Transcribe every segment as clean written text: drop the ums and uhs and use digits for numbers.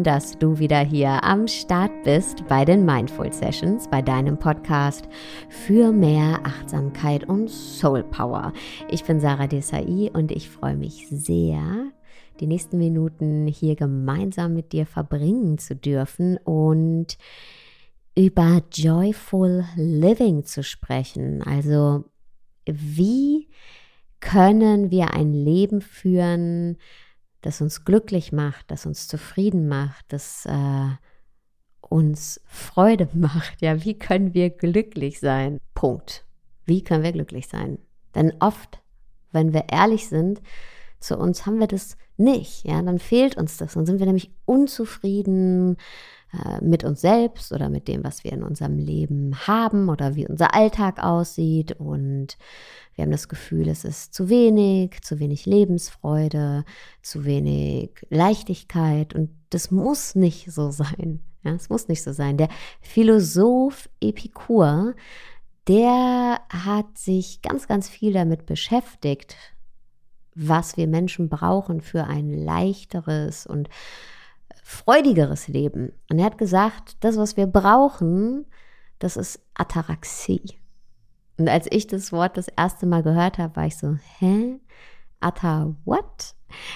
dass du wieder hier am Start bist bei den Mindful Sessions, bei deinem Podcast für mehr Achtsamkeit und Soul Power. Ich bin Sarah Desai und ich freue mich sehr, die nächsten Minuten hier gemeinsam mit dir verbringen zu dürfen und über Joyful Living zu sprechen. Also wie können wir ein Leben führen, das uns glücklich macht, das uns zufrieden macht, das uns Freude macht. Ja, wie können wir glücklich sein? Punkt. Wie können wir glücklich sein? Denn oft, wenn wir ehrlich sind, zu uns haben wir das nicht. Ja, dann fehlt uns das. Dann sind wir nämlich unzufrieden mit uns selbst oder mit dem, was wir in unserem Leben haben oder wie unser Alltag aussieht, und wir haben das Gefühl, es ist zu wenig Lebensfreude, zu wenig Leichtigkeit, und das muss nicht so sein. Ja, es muss nicht so sein. Der Philosoph Epikur, der hat sich ganz, ganz viel damit beschäftigt, was wir Menschen brauchen für ein leichteres und freudigeres Leben. Und er hat gesagt, das, was wir brauchen, das ist Ataraxie. Und als ich das Wort das erste Mal gehört habe, war ich so, hä? What?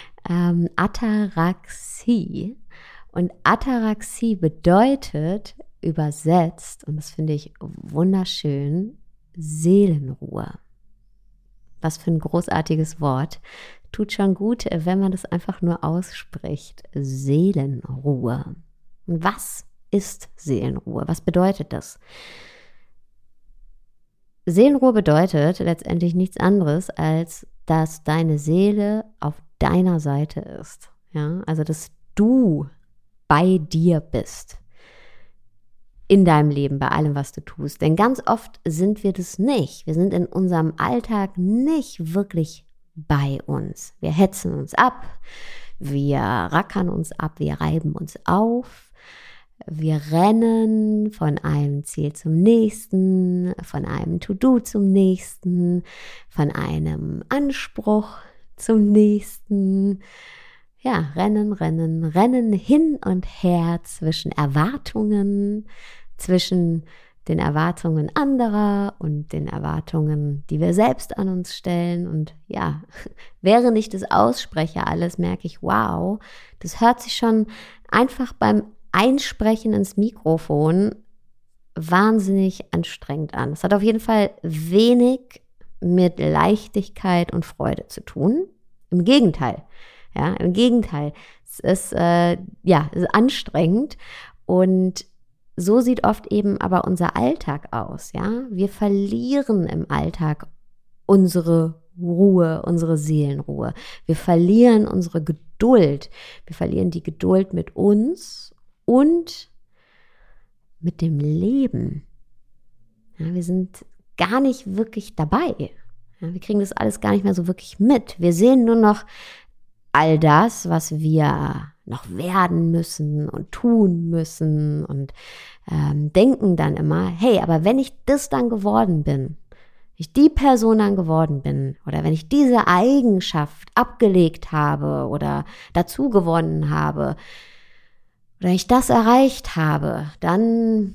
Ataraxie. Und Ataraxie bedeutet übersetzt, und das finde ich wunderschön, Seelenruhe. Was für ein großartiges Wort. Tut schon gut, wenn man das einfach nur ausspricht. Seelenruhe. Und was ist Seelenruhe? Was bedeutet das? Seelenruhe bedeutet letztendlich nichts anderes, als dass deine Seele auf deiner Seite ist. Ja? Also, dass du bei dir bist. In deinem Leben, bei allem, was du tust. Denn ganz oft sind wir das nicht. Wir sind in unserem Alltag nicht wirklich bei uns. Wir hetzen uns ab, wir rackern uns ab, wir reiben uns auf, wir rennen von einem Ziel zum nächsten, von einem To-Do zum nächsten, von einem Anspruch zum nächsten. Ja, rennen hin und her zwischen Erwartungen, zwischen den Erwartungen anderer und den Erwartungen, die wir selbst an uns stellen. Und ja, während ich das ausspreche alles, merke ich, wow, das hört sich schon einfach beim Einsprechen ins Mikrofon wahnsinnig anstrengend an. Es hat auf jeden Fall wenig mit Leichtigkeit und Freude zu tun. Im Gegenteil. Ja, im Gegenteil. Es ist, es ist anstrengend, und so sieht oft eben aber unser Alltag aus, ja. Wir verlieren im Alltag unsere Ruhe, unsere Seelenruhe. Wir verlieren unsere Geduld. Wir verlieren die Geduld mit uns und mit dem Leben. Ja, wir sind gar nicht wirklich dabei. Ja, wir kriegen das alles gar nicht mehr so wirklich mit. Wir sehen nur noch all das, was wir noch werden müssen und tun müssen, und denken dann immer, hey, aber wenn ich das dann geworden bin, wenn ich die Person dann geworden bin, oder wenn ich diese Eigenschaft abgelegt habe oder dazu gewonnen habe, oder ich das erreicht habe, dann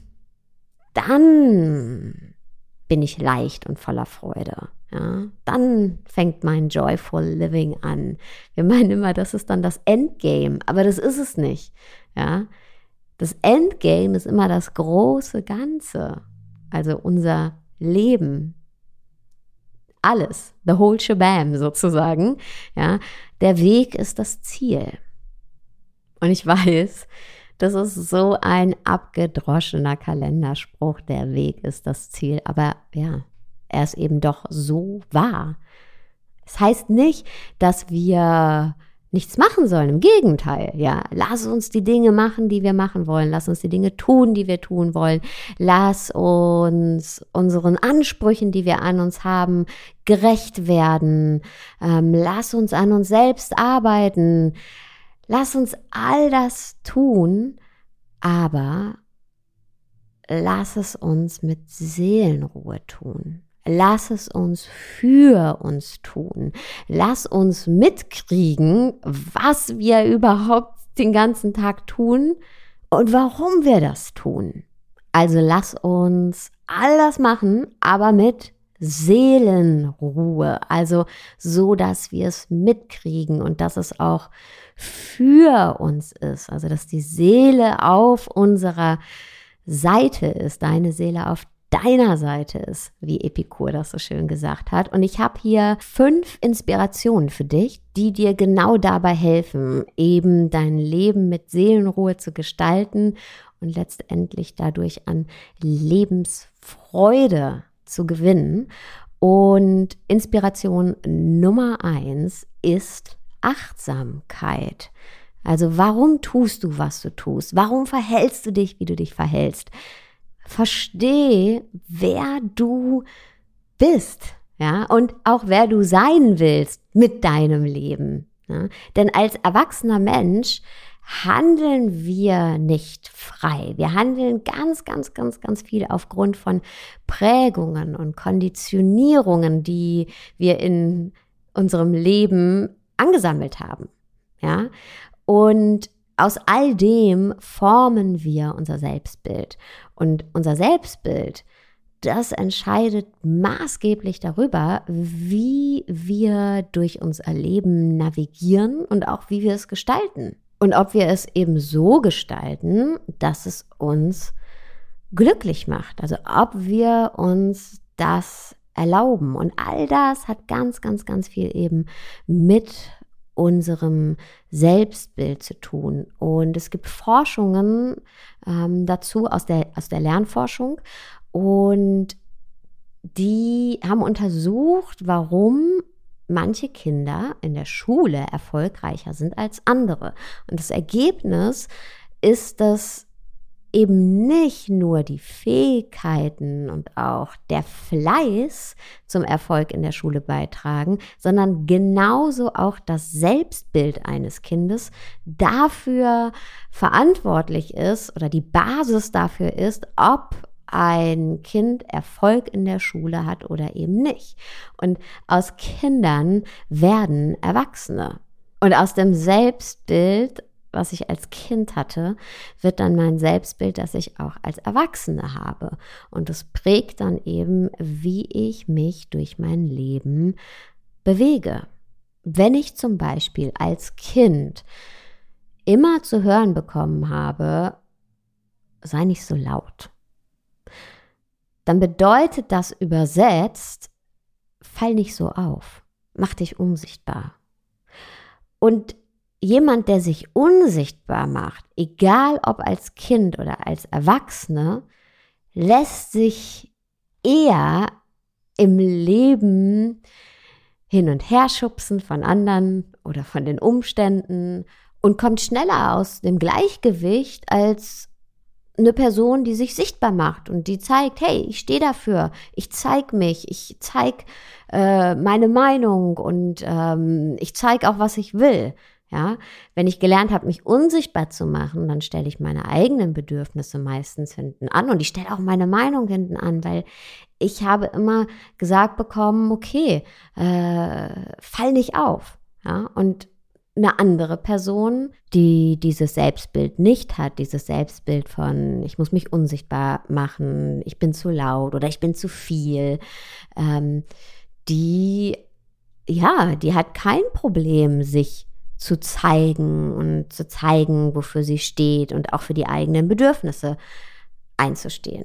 bin ich leicht und voller Freude. Ja, dann fängt mein Joyful Living an. Wir meinen immer, das ist dann das Endgame, aber das ist es nicht. Ja, das Endgame ist immer das große Ganze, also unser Leben, alles, the whole shebang sozusagen. Ja, der Weg ist das Ziel. Und ich weiß, das ist so ein abgedroschener Kalenderspruch, der Weg ist das Ziel, aber ja, er ist eben doch so wahr. Es heißt nicht, dass wir nichts machen sollen. Im Gegenteil, ja. Lass uns die Dinge machen, die wir machen wollen. Lass uns die Dinge tun, die wir tun wollen. Lass uns unseren Ansprüchen, die wir an uns haben, gerecht werden. Lass uns an uns selbst arbeiten. Lass uns all das tun, aber lass es uns mit Seelenruhe tun. Lass es uns für uns tun. Lass uns mitkriegen, was wir überhaupt den ganzen Tag tun und warum wir das tun. Also lass uns all das machen, aber mit Seelenruhe, also so, dass wir es mitkriegen und dass es auch für uns ist, also dass die Seele auf unserer Seite ist, deine Seele auf deiner Seite ist, wie Epikur das so schön gesagt hat. Und ich habe hier 5 Inspirationen für dich, die dir genau dabei helfen, eben dein Leben mit Seelenruhe zu gestalten und letztendlich dadurch an Lebensfreude zu gewinnen. Und Inspiration Nummer 1 ist Achtsamkeit. Also warum tust du, was du tust? Warum verhältst du dich, wie du dich verhältst? Versteh, wer du bist, ja, und auch wer du sein willst mit deinem Leben. Ja? Denn als erwachsener Mensch handeln wir nicht frei. Wir handeln ganz, ganz, ganz, ganz viel aufgrund von Prägungen und Konditionierungen, die wir in unserem Leben angesammelt haben. Ja? Und aus all dem formen wir unser Selbstbild. Und unser Selbstbild, das entscheidet maßgeblich darüber, wie wir durch unser Leben navigieren und auch wie wir es gestalten. Und ob wir es eben so gestalten, dass es uns glücklich macht. Also ob wir uns das erlauben. Und all das hat ganz, ganz, ganz viel eben mit unserem Selbstbild zu tun. Und es gibt Forschungen dazu aus der Lernforschung und die haben untersucht, warum manche Kinder in der Schule erfolgreicher sind als andere. Und das Ergebnis ist, dass eben nicht nur die Fähigkeiten und auch der Fleiß zum Erfolg in der Schule beitragen, sondern genauso auch das Selbstbild eines Kindes dafür verantwortlich ist oder die Basis dafür ist, ob ein Kind Erfolg in der Schule hat oder eben nicht. Und aus Kindern werden Erwachsene. Und aus dem Selbstbild, was ich als Kind hatte, wird dann mein Selbstbild, das ich auch als Erwachsene habe. Und das prägt dann eben, wie ich mich durch mein Leben bewege. Wenn ich zum Beispiel als Kind immer zu hören bekommen habe, sei nicht so laut, dann bedeutet das übersetzt, fall nicht so auf, mach dich unsichtbar. Und jemand, der sich unsichtbar macht, egal ob als Kind oder als Erwachsene, lässt sich eher im Leben hin und her schubsen von anderen oder von den Umständen und kommt schneller aus dem Gleichgewicht als eine Person, die sich sichtbar macht und die zeigt, hey, ich stehe dafür, ich zeige mich, ich zeige meine Meinung und ich zeige auch, was ich will. Ja, wenn ich gelernt habe, mich unsichtbar zu machen, dann stelle ich meine eigenen Bedürfnisse meistens hinten an und ich stelle auch meine Meinung hinten an, weil ich habe immer gesagt bekommen, okay, fall nicht auf. Ja, und eine andere Person, die dieses Selbstbild nicht hat, dieses Selbstbild von, ich muss mich unsichtbar machen, ich bin zu laut oder ich bin zu viel, die hat kein Problem, sich zu zeigen und zu zeigen, wofür sie steht und auch für die eigenen Bedürfnisse einzustehen.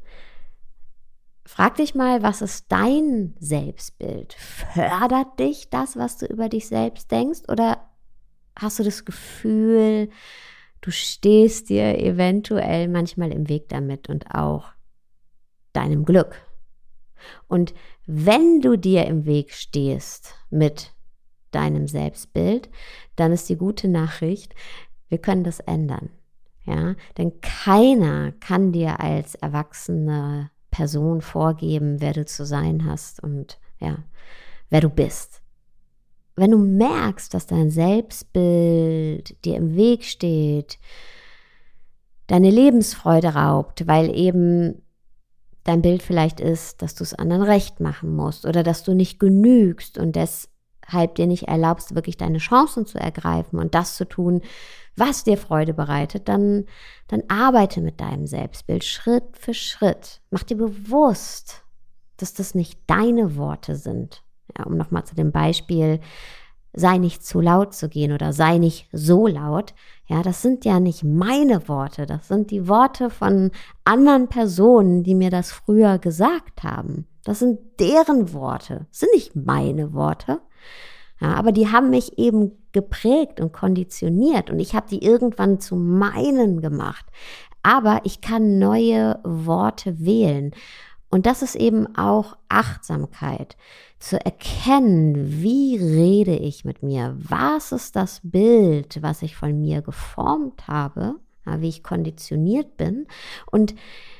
Frag dich mal, was ist dein Selbstbild? Fördert dich das, was du über dich selbst denkst, oder hast du das Gefühl, du stehst dir eventuell manchmal im Weg damit und auch deinem Glück? Und wenn du dir im Weg stehst mit deinem Selbstbild, dann ist die gute Nachricht, wir können das ändern. Ja? Denn keiner kann dir als erwachsene Person vorgeben, wer du zu sein hast und ja, wer du bist. Wenn du merkst, dass dein Selbstbild dir im Weg steht, deine Lebensfreude raubt, weil eben dein Bild vielleicht ist, dass du es anderen recht machen musst oder dass du nicht genügst und deshalb deshalb dir nicht erlaubst, wirklich deine Chancen zu ergreifen und das zu tun, was dir Freude bereitet, dann arbeite mit deinem Selbstbild Schritt für Schritt. Mach dir bewusst, dass das nicht deine Worte sind. Ja, um nochmal zu dem Beispiel, sei nicht zu laut zu gehen oder sei nicht so laut. Ja, das sind ja nicht meine Worte. Das sind die Worte von anderen Personen, die mir das früher gesagt haben. Das sind deren Worte. Das sind nicht meine Worte. Ja, aber die haben mich eben geprägt und konditioniert und ich habe die irgendwann zu meinen gemacht. Aber ich kann neue Worte wählen. Und das ist eben auch Achtsamkeit. Zu erkennen, wie rede ich mit mir? Was ist das Bild, was ich von mir geformt habe? Ja, wie ich konditioniert bin? Und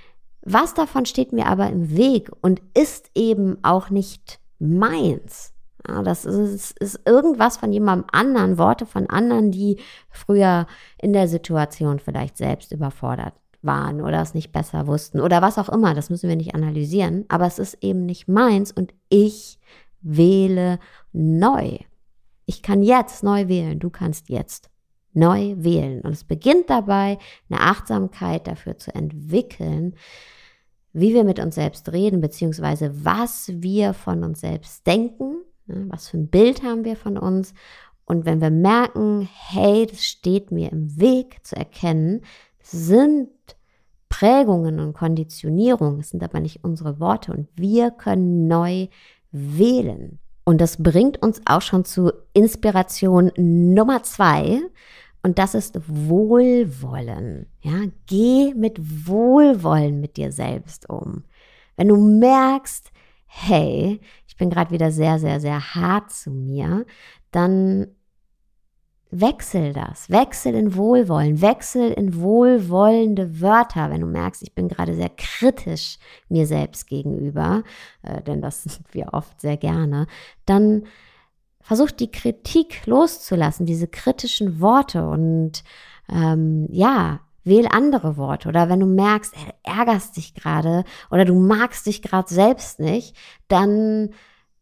was davon steht mir aber im Weg und ist eben auch nicht meins? Ja, das ist irgendwas von jemandem anderen, Worte von anderen, die früher in der Situation vielleicht selbst überfordert waren oder es nicht besser wussten oder was auch immer, das müssen wir nicht analysieren, aber es ist eben nicht meins und ich wähle neu. Ich kann jetzt neu wählen, du kannst jetzt neu wählen und es beginnt dabei, eine Achtsamkeit dafür zu entwickeln, wie wir mit uns selbst reden, beziehungsweise was wir von uns selbst denken, was für ein Bild haben wir von uns und wenn wir merken, hey, das steht mir im Weg zu erkennen, sind Prägungen und Konditionierungen, es sind aber nicht unsere Worte und wir können neu wählen. Und das bringt uns auch schon zu Inspiration Nummer 2 und das ist Wohlwollen. Ja, geh mit Wohlwollen mit dir selbst um. Wenn du merkst, hey, ich bin gerade wieder sehr, sehr, sehr hart zu mir, dann wechsel das, wechsel in Wohlwollen, wechsel in wohlwollende Wörter, wenn du merkst, ich bin gerade sehr kritisch mir selbst gegenüber, denn das sind wir oft sehr gerne, dann versuch die Kritik loszulassen, diese kritischen Worte und wähl andere Worte oder wenn du merkst, du ärgerst dich gerade oder du magst dich gerade selbst nicht, dann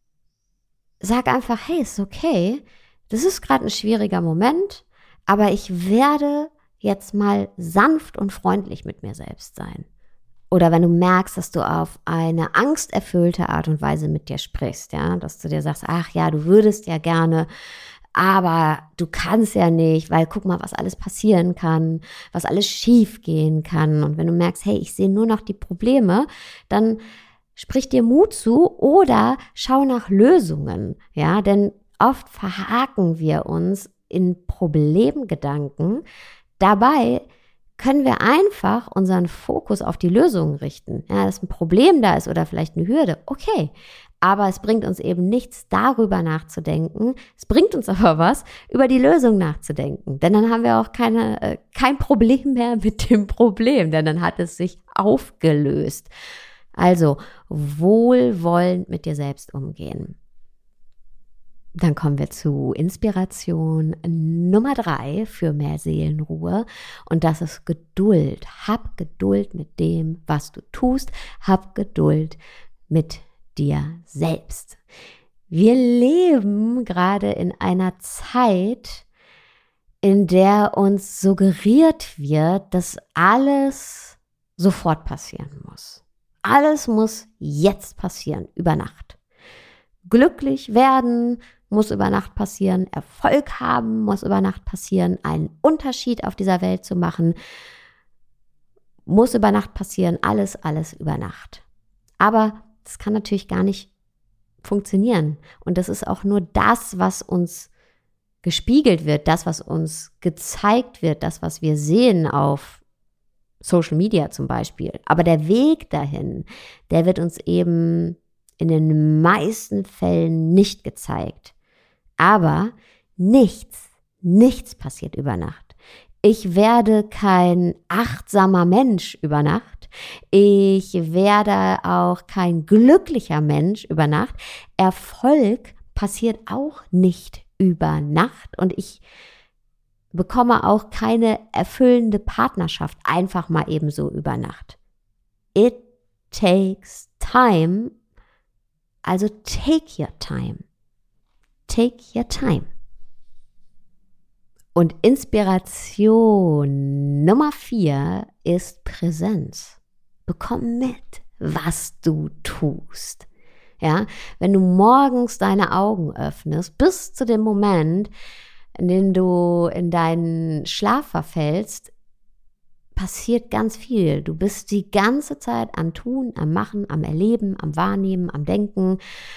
sag einfach, hey, ist okay, das ist gerade ein schwieriger Moment, aber ich werde jetzt mal sanft und freundlich mit mir selbst sein. Oder wenn du merkst, dass du auf eine angsterfüllte Art und Weise mit dir sprichst, ja, dass du dir sagst, ach ja, du würdest ja gerne, aber du kannst ja nicht, weil guck mal, was alles passieren kann, was alles schief gehen kann. Und wenn du merkst, hey, ich sehe nur noch die Probleme, dann sprich dir Mut zu oder schau nach Lösungen, ja, denn oft verhaken wir uns in Problemgedanken. Dabei können wir einfach unseren Fokus auf die Lösung richten. Ja, dass ein Problem da ist oder vielleicht eine Hürde, okay. Aber es bringt uns eben nichts, darüber nachzudenken. Es bringt uns aber was, über die Lösung nachzudenken. Denn dann haben wir auch kein Problem mehr mit dem Problem, denn dann hat es sich aufgelöst. Also wohlwollend mit dir selbst umgehen. Dann kommen wir zu Inspiration Nummer 3 für mehr Seelenruhe und das ist Geduld. Hab Geduld mit dem, was du tust. Hab Geduld mit dir selbst. Wir leben gerade in einer Zeit, in der uns suggeriert wird, dass alles sofort passieren muss. Alles muss jetzt passieren, über Nacht. Glücklich werden muss über Nacht passieren, Erfolg haben muss über Nacht passieren, einen Unterschied auf dieser Welt zu machen, muss über Nacht passieren, alles über Nacht. Aber das kann natürlich gar nicht funktionieren. Und das ist auch nur das, was uns gespiegelt wird, das, was uns gezeigt wird, das, was wir sehen auf Social Media zum Beispiel. Aber der Weg dahin, der wird uns eben in den meisten Fällen nicht gezeigt. Aber nichts passiert über Nacht. Ich werde kein achtsamer Mensch über Nacht. Ich werde auch kein glücklicher Mensch über Nacht. Erfolg passiert auch nicht über Nacht und ich bekomme auch keine erfüllende Partnerschaft einfach mal ebenso über Nacht. It takes time. Also take your time. take your time. Und Inspiration Nummer 4 ist Präsenz. Bekomm mit, was du tust. Ja, wenn du morgens deine Augen öffnest, bis zu dem Moment, in dem du in deinen Schlaf verfällst, passiert ganz viel. Du bist die ganze Zeit am Tun, am Machen, am Erleben, am Wahrnehmen, am Denken.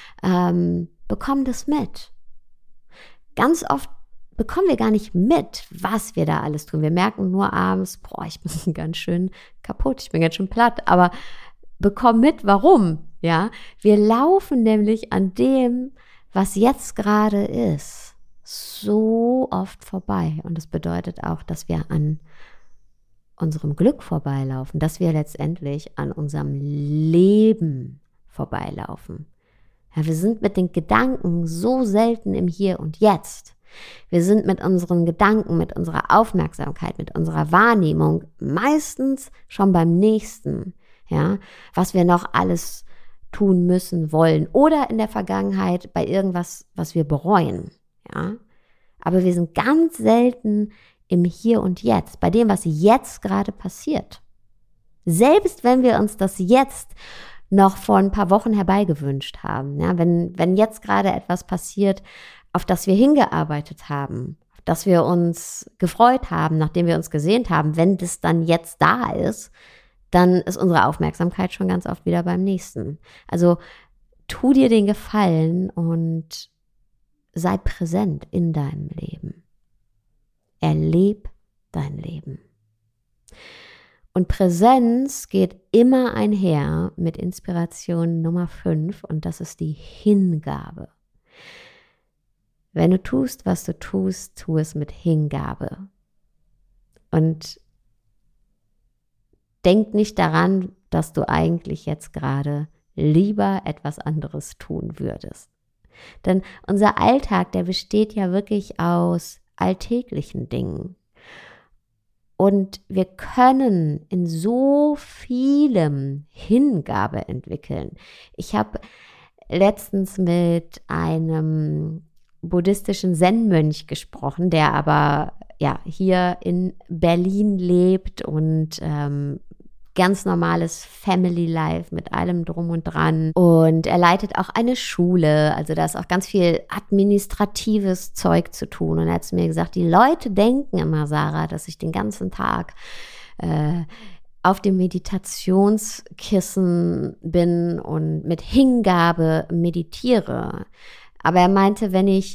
Bekomm das mit. Ganz oft bekommen wir gar nicht mit, was wir da alles tun. Wir merken nur abends, ich bin ganz schön kaputt, ich bin ganz schön platt, aber bekomm mit, warum. Ja, wir laufen nämlich an dem, was jetzt gerade ist, so oft vorbei. Und das bedeutet auch, dass wir an unserem Glück vorbeilaufen, dass wir letztendlich an unserem Leben vorbeilaufen. Ja, wir sind mit den Gedanken so selten im Hier und Jetzt. Wir sind mit unseren Gedanken, mit unserer Aufmerksamkeit, mit unserer Wahrnehmung meistens schon beim Nächsten, ja, was wir noch alles tun müssen, wollen oder in der Vergangenheit bei irgendwas, was wir bereuen, ja. Aber wir sind ganz selten im Hier und Jetzt, bei dem, was jetzt gerade passiert. Selbst wenn wir uns das jetzt noch vor ein paar Wochen herbeigewünscht haben, ja, wenn jetzt gerade etwas passiert, auf das wir hingearbeitet haben, auf das wir uns gefreut haben, nachdem wir uns gesehnt haben, wenn das dann jetzt da ist, dann ist unsere Aufmerksamkeit schon ganz oft wieder beim Nächsten. Also tu dir den Gefallen und sei präsent in deinem Leben. Erleb dein Leben. Und Präsenz geht immer einher mit Inspiration Nummer 5 und das ist die Hingabe. Wenn du tust, was du tust, tu es mit Hingabe. Und denk nicht daran, dass du eigentlich jetzt gerade lieber etwas anderes tun würdest. Denn unser Alltag, der besteht ja wirklich aus alltäglichen Dingen. Und wir können in so vielem Hingabe entwickeln. Ich habe letztens mit einem buddhistischen Zen-Mönch gesprochen, der aber hier in Berlin lebt und ganz normales Family Life mit allem drum und dran. Und er leitet auch eine Schule, also da ist auch ganz viel administratives Zeug zu tun. Und er hat zu mir gesagt, die Leute denken immer, Sarah, dass ich den ganzen Tag auf dem Meditationskissen bin und mit Hingabe meditiere. Aber er meinte, wenn ich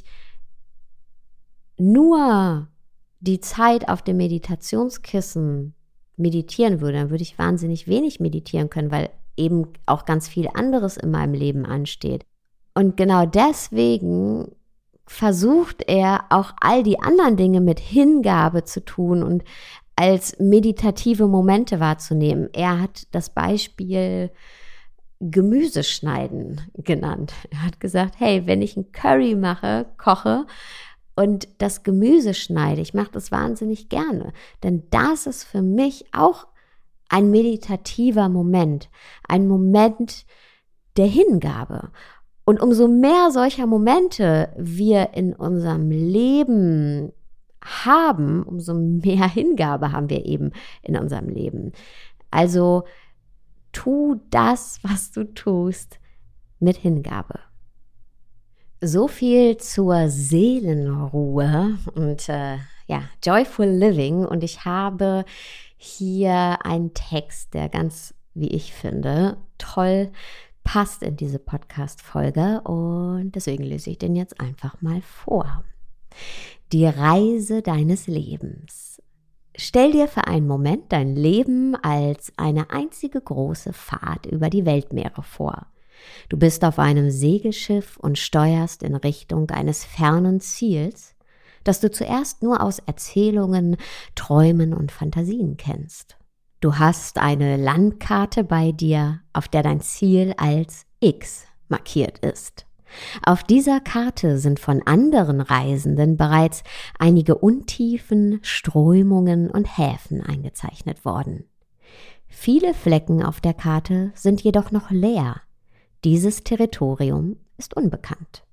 nur die Zeit auf dem Meditationskissen meditieren würde, dann würde ich wahnsinnig wenig meditieren können, weil eben auch ganz viel anderes in meinem Leben ansteht. Und genau deswegen versucht er auch all die anderen Dinge mit Hingabe zu tun und als meditative Momente wahrzunehmen. Er hat das Beispiel Gemüseschneiden genannt. Er hat gesagt, hey, wenn ich ein Curry koche, und das Gemüse schneide, ich mache das wahnsinnig gerne, denn das ist für mich auch ein meditativer Moment, ein Moment der Hingabe. Und umso mehr solcher Momente wir in unserem Leben haben, umso mehr Hingabe haben wir eben in unserem Leben. Also tu das, was du tust, mit Hingabe. So viel zur Seelenruhe und Joyful Living. Und ich habe hier einen Text, der ganz, wie ich finde, toll passt in diese Podcast-Folge. Und deswegen lese ich den jetzt einfach mal vor. Die Reise deines Lebens. Stell dir für einen Moment dein Leben als eine einzige große Fahrt über die Weltmeere vor. Du bist auf einem Segelschiff und steuerst in Richtung eines fernen Ziels, das du zuerst nur aus Erzählungen, Träumen und Fantasien kennst. Du hast eine Landkarte bei dir, auf der dein Ziel als X markiert ist. Auf dieser Karte sind von anderen Reisenden bereits einige Untiefen, Strömungen und Häfen eingezeichnet worden. Viele Flecken auf der Karte sind jedoch noch leer. Dieses Territorium ist unbekannt.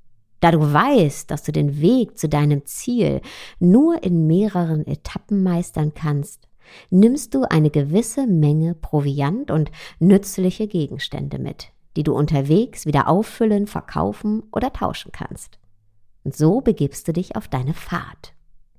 Da du weißt, dass du den Weg zu deinem Ziel nur in mehreren Etappen meistern kannst, nimmst du eine gewisse Menge Proviant und nützliche Gegenstände mit, die du unterwegs wieder auffüllen, verkaufen oder tauschen kannst. Und so begibst du dich auf deine Fahrt.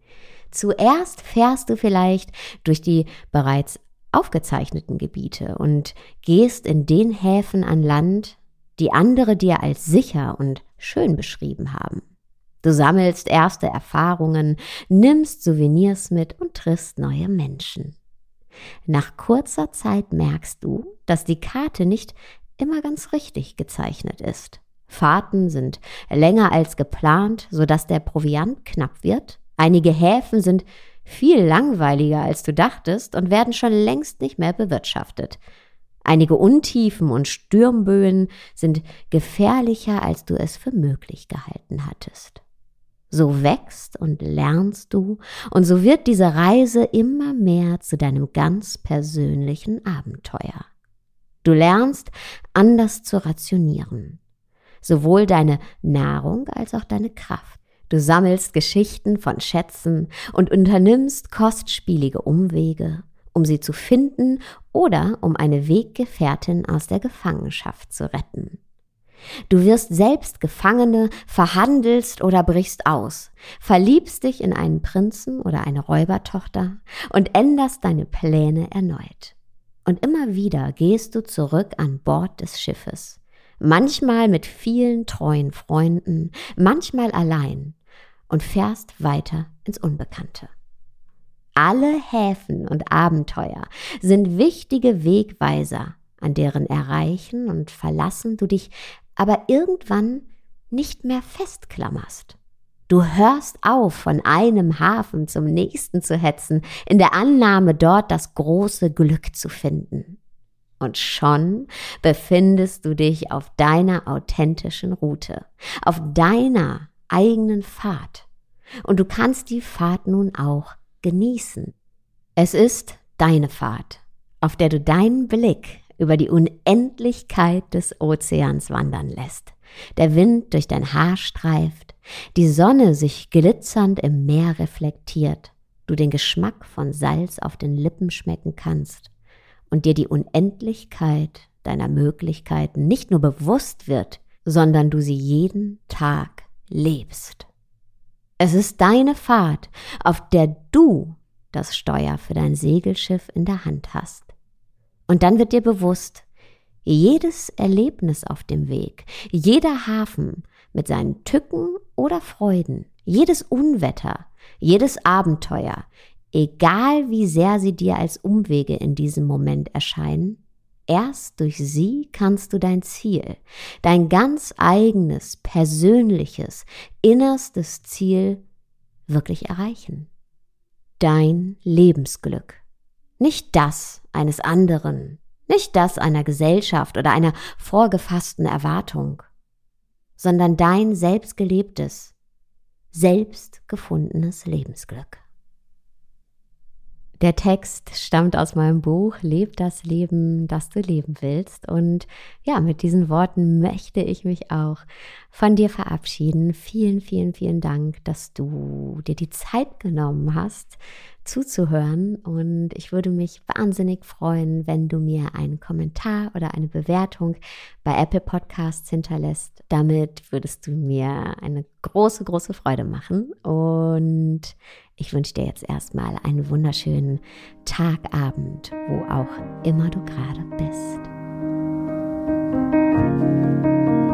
Zuerst fährst du vielleicht durch die bereits aufgezeichneten Gebiete und gehst in den Häfen an Land, die andere dir als sicher und schön beschrieben haben. Du sammelst erste Erfahrungen, nimmst Souvenirs mit und triffst neue Menschen. Nach kurzer Zeit merkst du, dass die Karte nicht immer ganz richtig gezeichnet ist. Fahrten sind länger als geplant, sodass der Proviant knapp wird. Einige Häfen sind viel langweiliger, als du dachtest und werden schon längst nicht mehr bewirtschaftet. Einige Untiefen und Sturmböen sind gefährlicher, als du es für möglich gehalten hattest. So wächst und lernst du und so wird diese Reise immer mehr zu deinem ganz persönlichen Abenteuer. Du lernst, anders zu rationieren, sowohl deine Nahrung als auch deine Kraft. Du sammelst Geschichten von Schätzen und unternimmst kostspielige Umwege, um sie zu finden oder um eine Weggefährtin aus der Gefangenschaft zu retten. Du wirst selbst Gefangene, verhandelst oder brichst aus, verliebst dich in einen Prinzen oder eine Räubertochter und änderst deine Pläne erneut. Und immer wieder gehst du zurück an Bord des Schiffes, manchmal mit vielen treuen Freunden, manchmal allein und fährst weiter ins Unbekannte. Alle Häfen und Abenteuer sind wichtige Wegweiser, an deren Erreichen und Verlassen du dich aber irgendwann nicht mehr festklammerst. Du hörst auf, von einem Hafen zum nächsten zu hetzen, in der Annahme, dort das große Glück zu finden. Und schon befindest du dich auf deiner authentischen Route, auf deiner eigenen Fahrt. Und du kannst die Fahrt nun auch genießen. Es ist deine Fahrt, auf der du deinen Blick über die Unendlichkeit des Ozeans wandern lässt, der Wind durch dein Haar streift, die Sonne sich glitzernd im Meer reflektiert, du den Geschmack von Salz auf den Lippen schmecken kannst und dir die Unendlichkeit deiner Möglichkeiten nicht nur bewusst wird, sondern du sie jeden Tag lebst. Es ist deine Fahrt, auf der du das Steuer für dein Segelschiff in der Hand hast. Und dann wird dir bewusst, jedes Erlebnis auf dem Weg, jeder Hafen mit seinen Tücken oder Freuden, jedes Unwetter, jedes Abenteuer, egal wie sehr sie dir als Umwege in diesem Moment erscheinen, erst durch sie kannst du dein Ziel, dein ganz eigenes, persönliches, innerstes Ziel wirklich erreichen. Dein Lebensglück. Nicht das eines anderen, nicht das einer Gesellschaft oder einer vorgefassten Erwartung, sondern dein selbstgelebtes, selbstgefundenes Lebensglück. Der Text stammt aus meinem Buch Leb das Leben, das du leben willst. Und ja, mit diesen Worten möchte ich mich auch von dir verabschieden. Vielen, vielen, vielen Dank, dass du dir die Zeit genommen hast, zuzuhören. Und ich würde mich wahnsinnig freuen, wenn du mir einen Kommentar oder eine Bewertung bei Apple Podcasts hinterlässt. Damit würdest du mir eine große, große Freude machen. Und ich wünsche dir jetzt erstmal einen wunderschönen Tagabend, wo auch immer du gerade bist.